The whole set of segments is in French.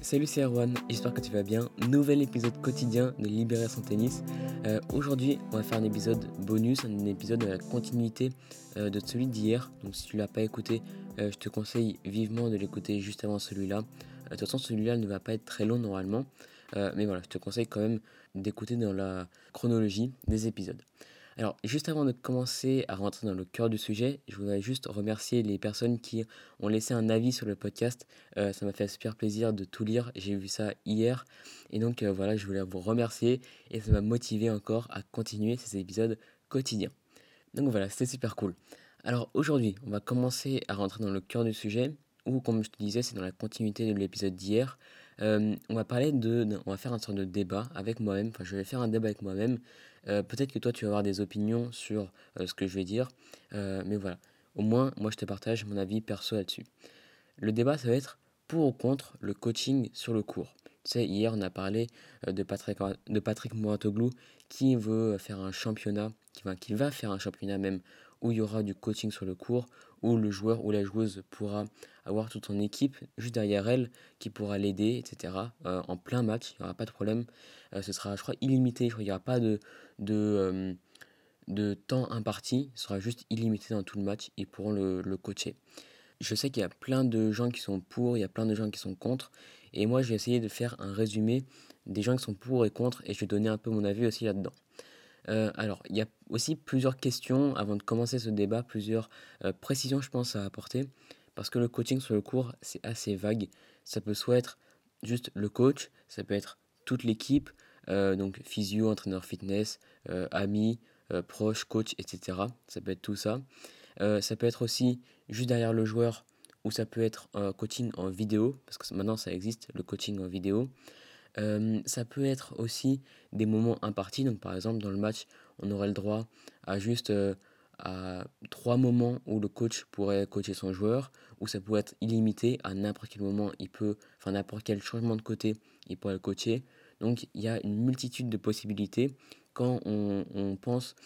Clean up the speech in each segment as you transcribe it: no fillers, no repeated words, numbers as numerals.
Salut, c'est Erwan, j'espère que tu vas bien. Nouvel épisode quotidien de Libérer son tennis. Aujourd'hui, on va faire un épisode bonus, un épisode de la continuité de celui d'hier. Donc si tu ne l'as pas écouté, je te conseille vivement de l'écouter juste avant celui-là. De toute façon, celui-là ne va pas être très long normalement. Mais voilà, je te conseille quand même d'écouter dans la chronologie des épisodes. Alors, juste avant de commencer à rentrer dans le cœur du sujet, je voudrais juste remercier les personnes qui ont laissé un avis sur le podcast. Ça m'a fait super plaisir de tout lire. J'ai vu ça hier. Et donc, voilà, je voulais vous remercier. Et ça m'a motivé encore à continuer ces épisodes quotidiens. Donc voilà, c'était super cool. Alors aujourd'hui, on va commencer à rentrer dans le cœur du sujet, où comme je te disais, c'est dans la continuité de l'épisode d'hier. On va parler on va faire un sorte de débat avec moi-même, enfin je vais faire un débat avec moi-même. Peut-être que toi tu vas avoir des opinions sur ce que je vais dire, mais voilà. Au moins, moi je te partage mon avis perso là-dessus. Le débat, ça va être pour ou contre le coaching sur le court. Tu sais, hier, on a parlé de Patrick Mouratoglou qui veut faire un championnat, qui va faire un championnat même, où il y aura du coaching sur le court, où le joueur ou la joueuse pourra avoir toute son équipe juste derrière elle, qui pourra l'aider, etc. En plein match, il n'y aura pas de problème. Ce sera, je crois, illimité. Je crois qu'il n'y aura pas de, euh, de temps imparti. Ce sera juste illimité dans tout le match. Ils pourront le coacher. Je sais qu'il y a plein de gens qui sont pour, il y a plein de gens qui sont contre. Et moi, je vais essayer de faire un résumé des gens qui sont pour et contre, et je vais donner un peu mon avis aussi là-dedans. Alors, il y a aussi plusieurs questions avant de commencer ce débat, plusieurs précisions, je pense, à apporter. Parce que le coaching sur le court, c'est assez vague. Ça peut soit être juste le coach, ça peut être toute l'équipe, donc physio, entraîneur fitness, amis, proches, coach, etc. Ça peut être tout ça. Ça peut être aussi juste derrière le joueur, ou ça peut être un coaching en vidéo, parce que maintenant ça existe, le coaching en vidéo. Ça peut être aussi des moments impartis, donc par exemple dans le match, on aurait le droit à juste à 3 moments où le coach pourrait coacher son joueur, ou ça pourrait être illimité, à n'importe quel moment, enfin n'importe quel changement de côté, il pourrait le coacher. Donc il y a une multitude de possibilités quand on pense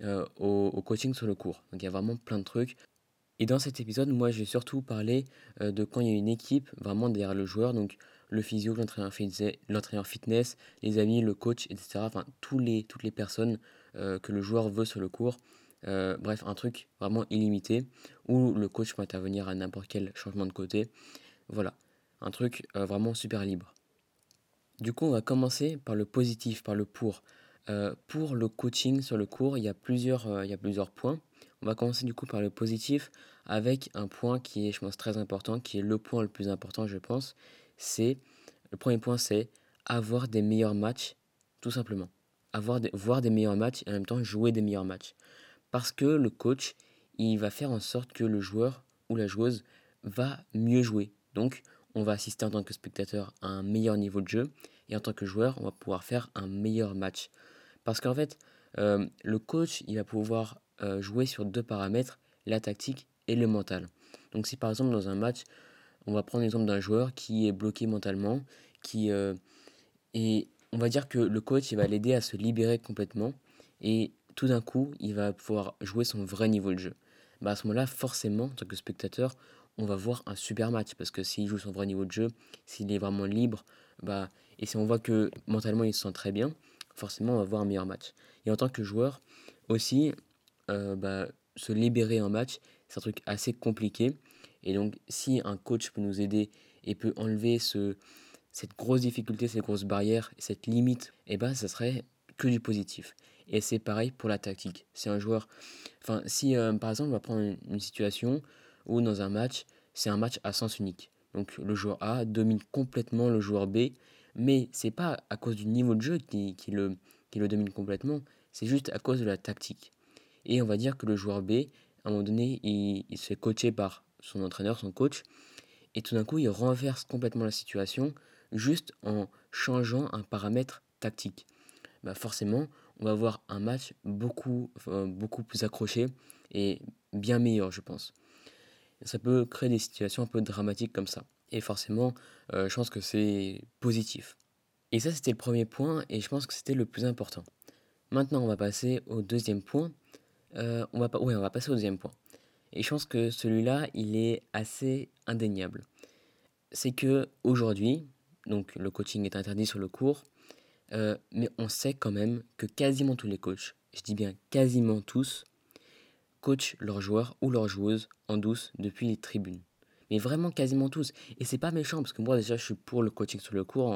au coaching sur le court. Donc il y a vraiment plein de trucs. Et dans cet épisode, moi, je vais surtout parler de quand il y a une équipe vraiment derrière le joueur, donc le physio, l'entraîneur fitness, les amis, le coach, etc. Enfin, toutes les personnes que le joueur veut sur le court. Bref, un truc vraiment illimité où le coach peut intervenir à n'importe quel changement de côté. Voilà, un truc vraiment super libre. Du coup, on va commencer par le positif, par le pour. Pour le coaching sur le cours, il y a plusieurs points. On va commencer du coup par le positif avec un point qui est, je pense, très important, qui est le point le plus important, je pense. Le premier point, c'est avoir des meilleurs matchs, tout simplement. Voir des meilleurs matchs et en même temps jouer des meilleurs matchs. Parce que le coach, il va faire en sorte que le joueur ou la joueuse va mieux jouer. Donc, on va assister en tant que spectateur à un meilleur niveau de jeu et en tant que joueur, on va pouvoir faire un meilleur match. Parce qu'en fait, le coach, il va pouvoir jouer sur deux paramètres, la tactique et le mental. Donc si par exemple dans un match, on va prendre l'exemple d'un joueur qui est bloqué mentalement, et on va dire que le coach, il va l'aider à se libérer complètement, et tout d'un coup, il va pouvoir jouer son vrai niveau de jeu. Bah à ce moment-là, forcément, en tant que spectateur, on va voir un super match, parce que s'il joue son vrai niveau de jeu, s'il est vraiment libre, bah, et si on voit que mentalement il se sent très bien, forcément on va voir un meilleur match. Et en tant que joueur aussi, bah, se libérer en match, c'est un truc assez compliqué. Et donc si un coach peut nous aider et peut enlever cette grosse difficulté, cette grosse barrière, cette limite, et ben ça serait que du positif. Et c'est pareil pour la tactique. Si un joueur, enfin si par exemple on va prendre une situation où dans un match, c'est un match à sens unique. Donc le joueur A domine complètement le joueur B, mais c'est pas à cause du niveau de jeu qui le domine complètement, c'est juste à cause de la tactique. Et on va dire que le joueur B, à un moment donné, il se fait coacher par son entraîneur, son coach, et tout d'un coup, il renverse complètement la situation juste en changeant un paramètre tactique. Bah forcément, on va avoir un match beaucoup plus accroché et bien meilleur, je pense. Ça peut créer des situations un peu dramatiques comme ça. Et forcément, je pense que c'est positif. Et ça, c'était le premier point, et je pense que c'était le plus important. Maintenant, on va passer au deuxième point. On va passer au deuxième point. Et je pense que celui-là, il est assez indéniable. C'est que aujourd'hui, donc le coaching est interdit sur le court, mais on sait quand même que quasiment tous les coachs, je dis bien quasiment tous, coachent leurs joueurs ou leurs joueuses en douce depuis les tribunes. Mais vraiment quasiment tous. Et c'est pas méchant, parce que moi déjà je suis pour le coaching sur le court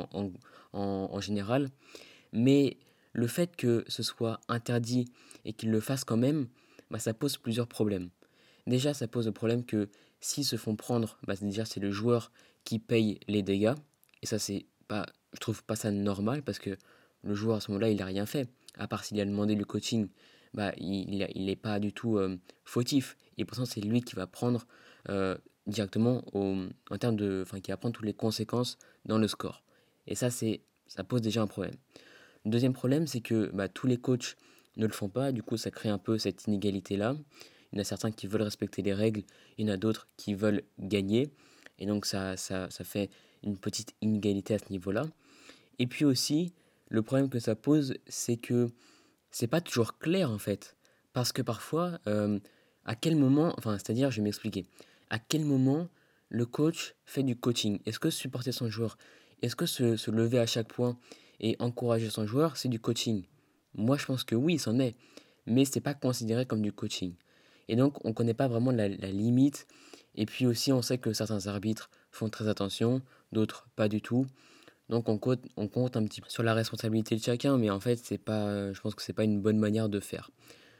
en général, mais le fait que ce soit interdit et qu'ils le fassent quand même, bah, ça pose plusieurs problèmes. Déjà, ça pose le problème que s'ils se font prendre, bah, déjà c'est le joueur qui paye les dégâts. Et ça, c'est pas, je trouve pas ça normal parce que le joueur à ce moment-là, il a rien fait. À part s'il a demandé le coaching, bah, il est pas du tout fautif. Et pourtant, c'est lui qui va prendre directement en termes de, enfin, qui va prendre toutes les conséquences dans le score. Et ça pose déjà un problème. Le deuxième problème, c'est que bah, tous les coachs ne le font pas, du coup ça crée un peu cette inégalité-là. Il y en a certains qui veulent respecter les règles, il y en a d'autres qui veulent gagner, et donc ça fait une petite inégalité à ce niveau-là. Et puis aussi, le problème que ça pose, c'est que c'est pas toujours clair en fait, parce que parfois, à quel moment, enfin c'est-à-dire, je vais m'expliquer, à quel moment le coach fait du coaching? Est-ce que supporter son joueur, est-ce que se lever à chaque point et encourager son joueur, c'est du coaching? Moi, je pense que oui, c'en est, mais c'est pas considéré comme du coaching. Et donc, on connaît pas vraiment la limite. Et puis aussi, on sait que certains arbitres font très attention, d'autres pas du tout. Donc on compte un petit peu sur la responsabilité de chacun, mais en fait, c'est pas, je pense que c'est pas une bonne manière de faire.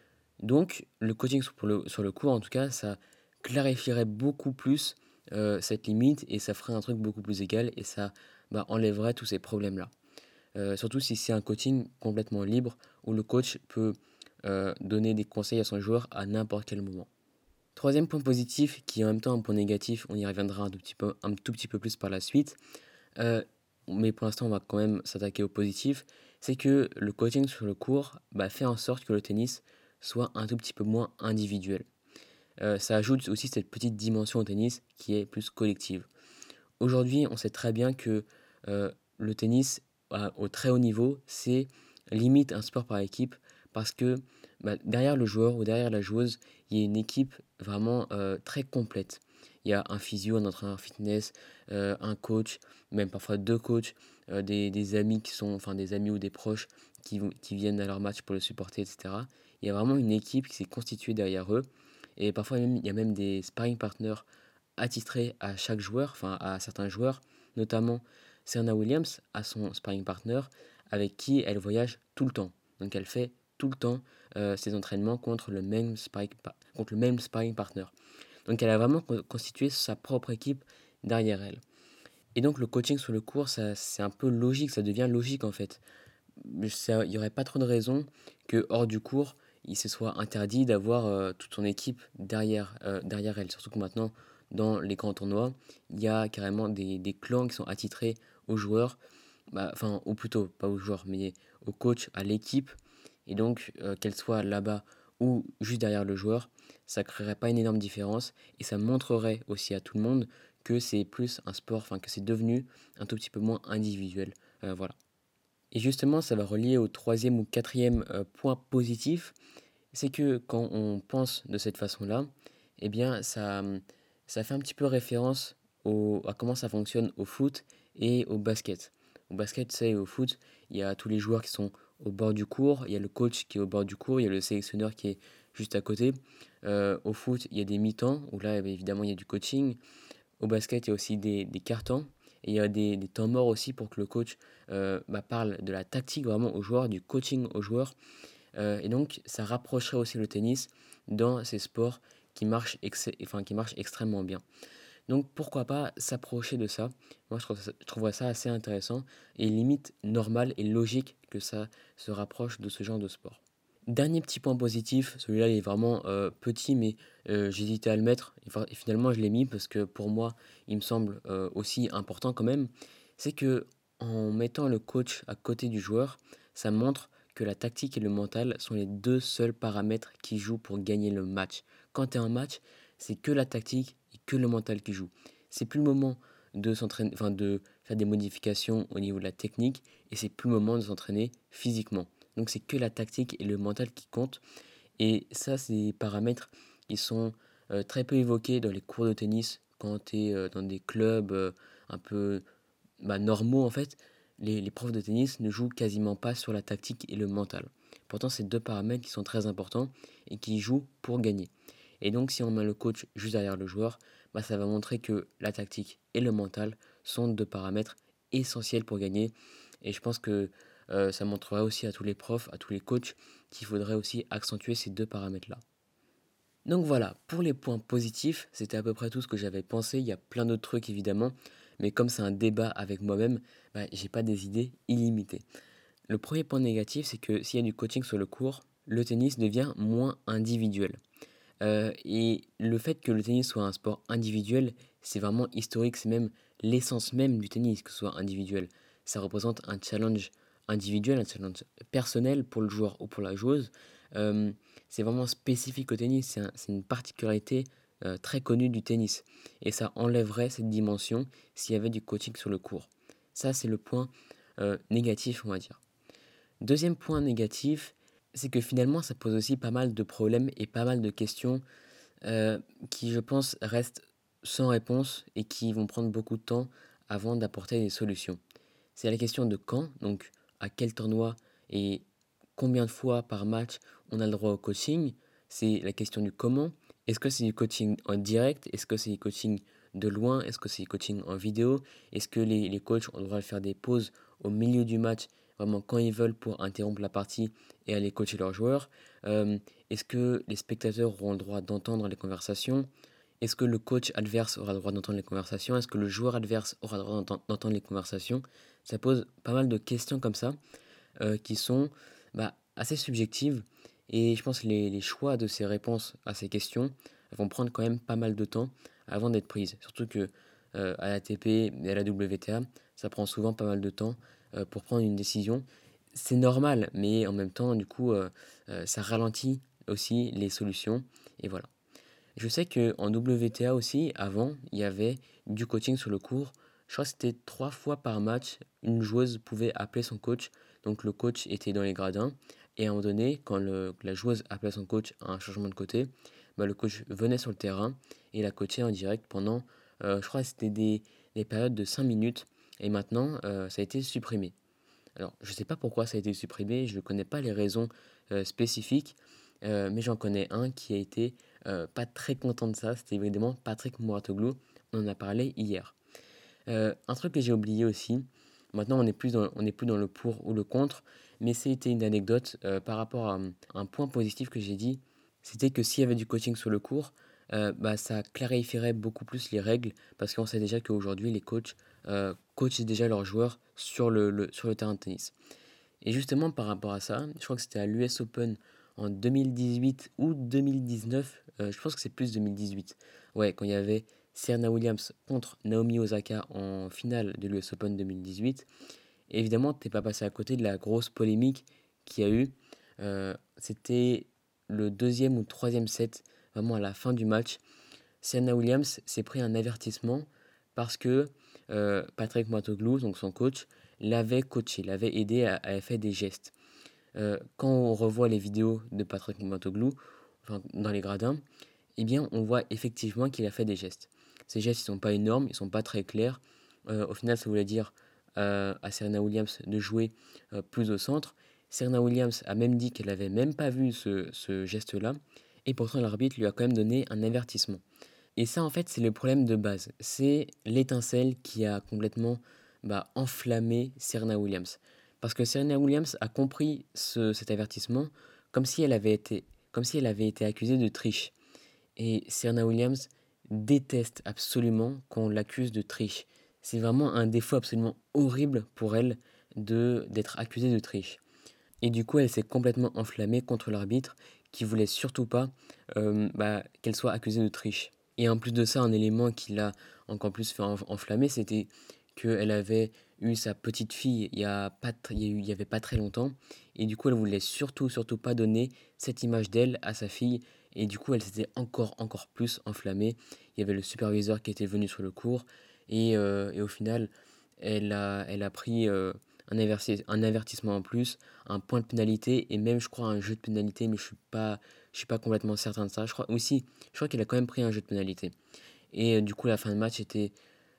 Donc, le coaching sur le court, en tout cas, ça clarifierait beaucoup plus cette limite et ça ferait un truc beaucoup plus égal et ça bah, enlèverait tous ces problèmes-là. Surtout si c'est un coaching complètement libre où le coach peut donner des conseils à son joueur à n'importe quel moment. Troisième point positif, qui est en même temps un point négatif, on y reviendra un tout petit peu plus par la suite, euh, mais pour l'instant on va quand même s'attaquer au positif, c'est que le coaching sur le court bah, fait en sorte que le tennis soit un tout petit peu moins individuel. Ça ajoute aussi cette petite dimension au tennis qui est plus collective. Aujourd'hui, on sait très bien que euh, le tennis au très haut niveau, c'est limite un sport par équipe parce que bah, derrière le joueur ou derrière la joueuse, il y a une équipe vraiment très complète. Il y a un physio, un entraîneur fitness, un coach, même parfois deux coachs, des amis qui sont, enfin des amis ou des proches qui viennent à leur match pour le supporter, etc. Il y a vraiment une équipe qui s'est constituée derrière eux. Et parfois même, il y a même des sparring partners attitré à chaque joueur, enfin à certains joueurs, notamment Serena Williams a son sparring partner avec qui elle voyage tout le temps. Donc elle fait tout le temps ses entraînements contre le même sparring partner. Donc elle a vraiment constitué sa propre équipe derrière elle. Et donc le coaching sur le court, ça, c'est un peu logique, ça devient logique en fait. Il n'y aurait pas trop de raison que hors du cours, il se soit interdit d'avoir toute son équipe derrière elle. Surtout que maintenant, dans les grands tournois, il y a carrément des clans qui sont attitrés aux joueurs, bah, enfin, ou plutôt, pas aux joueurs, mais au coach, à l'équipe. Et donc, qu'elle soit là-bas ou juste derrière le joueur, ça créerait pas une énorme différence et ça montrerait aussi à tout le monde que c'est plus un sport, enfin, que c'est devenu un tout petit peu moins individuel. Voilà. Et justement, ça va relier au troisième ou quatrième point positif, c'est que quand on pense de cette façon-là, eh bien, ça fait un petit peu référence à comment ça fonctionne au foot et au basket. Au basket, c'est au foot, il y a tous les joueurs qui sont au bord du court, il y a le coach qui est au bord du court, il y a le sélectionneur qui est juste à côté. Au foot, il y a des mi-temps, où là, eh bien, évidemment, il y a du coaching. Au basket, il y a aussi des cartons et il y a des temps morts aussi pour que le coach bah, parle de la tactique vraiment aux joueurs, du coaching aux joueurs. Et donc, ça rapprocherait aussi le tennis dans ces sports qui marchent extrêmement bien. Donc, pourquoi pas s'approcher de ça? Moi, je trouverais ça assez intéressant et limite normal et logique que ça se rapproche de ce genre de sport. Dernier petit point positif, celui-là il est vraiment petit, mais j'hésitais à le mettre, et finalement je l'ai mis parce que pour moi il me semble aussi important quand même, c'est que en mettant le coach à côté du joueur, ça montre que la tactique et le mental sont les deux seuls paramètres qui jouent pour gagner le match. Quand tu es en match, c'est que la tactique et que le mental qui joue. C'est plus le moment de s'entraîner, enfin de faire des modifications au niveau de la technique, et c'est plus le moment de s'entraîner physiquement. Donc c'est que la tactique et le mental qui comptent. Et ça, c'est des paramètres qui sont très peu évoqués dans les cours de tennis quand tu es dans des clubs un peu normaux en fait, les profs de tennis ne jouent quasiment pas sur la tactique et le mental. Pourtant, c'est deux paramètres qui sont très importants et qui jouent pour gagner. Et donc, si on met le coach juste derrière le joueur, ça va montrer que la tactique et le mental sont deux paramètres essentiels pour gagner. Et je pense que ça montrera aussi à tous les profs, à tous les coachs, qu'il faudrait aussi accentuer ces deux paramètres-là. Donc voilà, pour les points positifs, c'était à peu près tout ce que j'avais pensé. Il y a plein d'autres trucs évidemment, mais comme c'est un débat avec moi-même, j'ai pas des idées illimitées. Le premier point négatif, c'est que s'il y a du coaching sur le court, le tennis devient moins individuel. Et le fait que le tennis soit un sport individuel, c'est vraiment historique, c'est même l'essence même du tennis que ce soit individuel. Ça représente un challenge individuel, un challenge personnel pour le joueur ou pour la joueuse. Euh, c'est vraiment spécifique au tennis, c'est une particularité très connue du tennis. Et ça enlèverait cette dimension s'il y avait du coaching sur le court. Ça, c'est le point négatif, on va dire. Deuxième point négatif, c'est que finalement, ça pose aussi pas mal de problèmes et pas mal de questions euh, qui, je pense, restent sans réponse et qui vont prendre beaucoup de temps avant d'apporter des solutions. C'est la question de quand, donc à quel tournoi et combien de fois par match on a le droit au coaching. C'est la question du comment. Est-ce que c'est du coaching en direct? Est-ce que c'est du coaching de loin? Est-ce que c'est du coaching en vidéo? Est-ce que les coachs ont le droit de faire des pauses au milieu du match, vraiment quand ils veulent pour interrompre la partie et aller coacher leurs joueurs? Euh, Est-ce que les spectateurs auront le droit d'entendre les conversations? Est-ce que le coach adverse aura le droit d'entendre les conversations? Est-ce que le joueur adverse aura le droit d'entendre les conversations? Ça pose pas mal de questions comme ça qui sont assez subjectives. Et je pense que les choix de ces réponses à ces questions vont prendre quand même pas mal de temps avant d'être prises. Surtout que à l'ATP et à la WTA, ça prend souvent pas mal de temps pour prendre une décision. C'est normal, mais en même temps, du coup, ça ralentit aussi les solutions. Et voilà. Je sais qu'en WTA aussi, avant, il y avait du coaching sur le court. Je crois que c'était 3 fois par match, une joueuse pouvait appeler son coach. Donc le coach était dans les gradins. Et à un moment donné, quand la joueuse appelait son coach à un changement de côté, le coach venait sur le terrain et la coachait en direct pendant, je crois que c'était des périodes de 5 minutes. Et maintenant, ça a été supprimé. Alors, je ne sais pas pourquoi ça a été supprimé, je ne connais pas les raisons spécifiques, mais j'en connais un qui a été pas très content de ça, c'était évidemment Patrick Mouratoglou, on en a parlé hier. Un truc que j'ai oublié aussi, maintenant on n'est plus dans le pour ou le contre, mais c'était une anecdote par rapport à un point positif que j'ai dit, c'était que s'il y avait du coaching sur le court, ça clarifierait beaucoup plus les règles, parce qu'on sait déjà qu'aujourd'hui les coachs coachent déjà leurs joueurs sur le terrain de tennis. Et justement par rapport à ça, je crois que c'était à l'US Open en 2018 ou 2019, je pense que c'est plus 2018, ouais, quand il y avait Serena Williams contre Naomi Osaka en finale de l'US Open 2018. Et évidemment, t'es pas passé à côté de la grosse polémique qu'il y a eu. C'était le deuxième ou troisième set, vraiment à la fin du match. Serena Williams s'est pris un avertissement parce que Patrick Mouratoglou, donc son coach, l'avait coaché, l'avait aidé à faire des gestes. Quand on revoit les vidéos de Patrick Mouratoglou, enfin, dans les gradins, eh bien, on voit effectivement qu'il a fait des gestes. Ces gestes, ils sont pas énormes, ils sont pas très clairs. Au final, ça voulait dire à Serena Williams de jouer plus au centre. Serena Williams a même dit qu'elle n'avait même pas vu ce geste-là, et pourtant l'arbitre lui a quand même donné un avertissement. Et ça, en fait, c'est le problème de base. C'est l'étincelle qui a complètement enflammé Serena Williams. Parce que Serena Williams a compris cet avertissement comme si comme si elle avait été accusée de triche. Et Serena Williams déteste absolument qu'on l'accuse de triche. C'est vraiment un défaut absolument horrible pour elle d'être accusée de triche. Et du coup, elle s'est complètement enflammée contre l'arbitre qui voulait surtout pas qu'elle soit accusée de triche. Et en plus de ça, un élément qui l'a encore plus fait enflammer, c'était qu'elle avait eu sa petite fille il y avait pas très longtemps. Et du coup, elle voulait surtout pas donner cette image d'elle à sa fille. Et du coup, elle s'était encore plus enflammée. Il y avait le superviseur qui était venu sur le cours. Et au final, elle a pris un avertissement en plus, un point de pénalité et même, je crois, un jeu de pénalité, mais je suis pas complètement certain de ça. Je crois aussi, je crois qu'il a quand même pris un jeu de pénalité. Et du coup, la fin de match était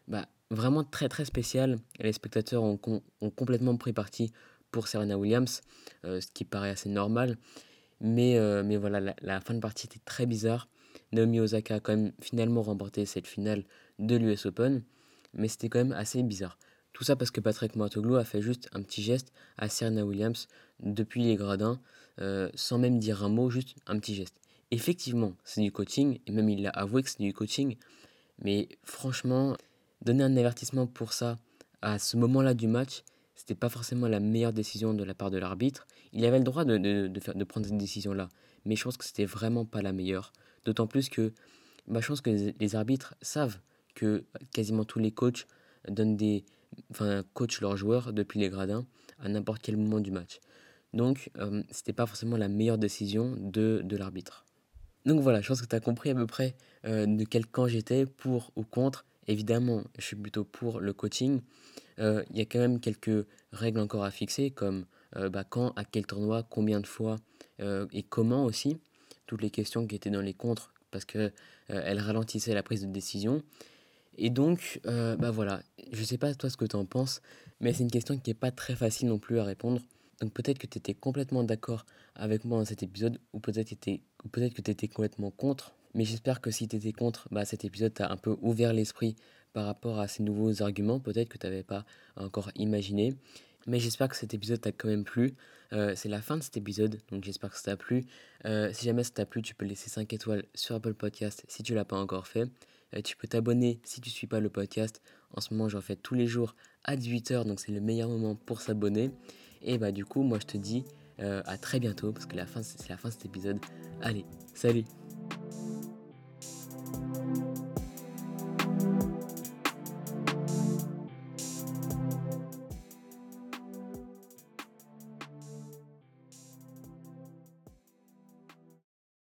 vraiment très très spécial. Les spectateurs ont complètement pris parti pour Serena Williams, ce qui paraît assez normal. Mais voilà, la fin de partie était très bizarre. Naomi Osaka a quand même finalement remporté cette finale de l'US Open, mais c'était quand même assez bizarre. Tout ça parce que Patrick Mouratoglou a fait juste un petit geste à Serena Williams depuis les gradins, sans même dire un mot, juste un petit geste. Effectivement, c'est du coaching, et même il l'a avoué que c'est du coaching, mais franchement, donner un avertissement pour ça à ce moment-là du match, c'était pas forcément la meilleure décision de la part de l'arbitre. Il avait le droit de prendre cette décision-là, mais je pense que c'était vraiment pas la meilleure. D'autant plus que je pense que les arbitres savent que quasiment tous les coachs coachent leurs joueurs depuis les gradins à n'importe quel moment du match. Donc, c'était pas forcément la meilleure décision de l'arbitre. Donc voilà, je pense que tu as compris à peu près de quel camp j'étais, pour ou contre. Évidemment, je suis plutôt pour le coaching. Il y a quand même quelques règles encore à fixer, comme quand, à quel tournoi, combien de fois et comment aussi. Toutes les questions qui étaient dans les contres, parce que elles ralentissaient la prise de décision. Et donc, voilà, je sais pas toi ce que tu en penses, mais c'est une question qui n'est pas très facile non plus à répondre. Donc peut-être que tu étais complètement d'accord avec moi dans cet épisode, ou peut-être que tu étais complètement contre. Mais j'espère que si tu étais contre, cet épisode t'a un peu ouvert l'esprit par rapport à ces nouveaux arguments, peut-être que tu n'avais pas encore imaginé. Mais j'espère que cet épisode t'a quand même plu. C'est la fin de cet épisode, donc j'espère que ça t'a plu. Si jamais ça t'a plu, tu peux laisser 5 étoiles sur Apple Podcast si tu l'as pas encore fait. Tu peux t'abonner si tu ne suis pas le podcast. En ce moment, j'en fais tous les jours à 18h, donc c'est le meilleur moment pour s'abonner. Et du coup, moi je te dis à très bientôt, parce que c'est la fin de cet épisode. Allez, salut!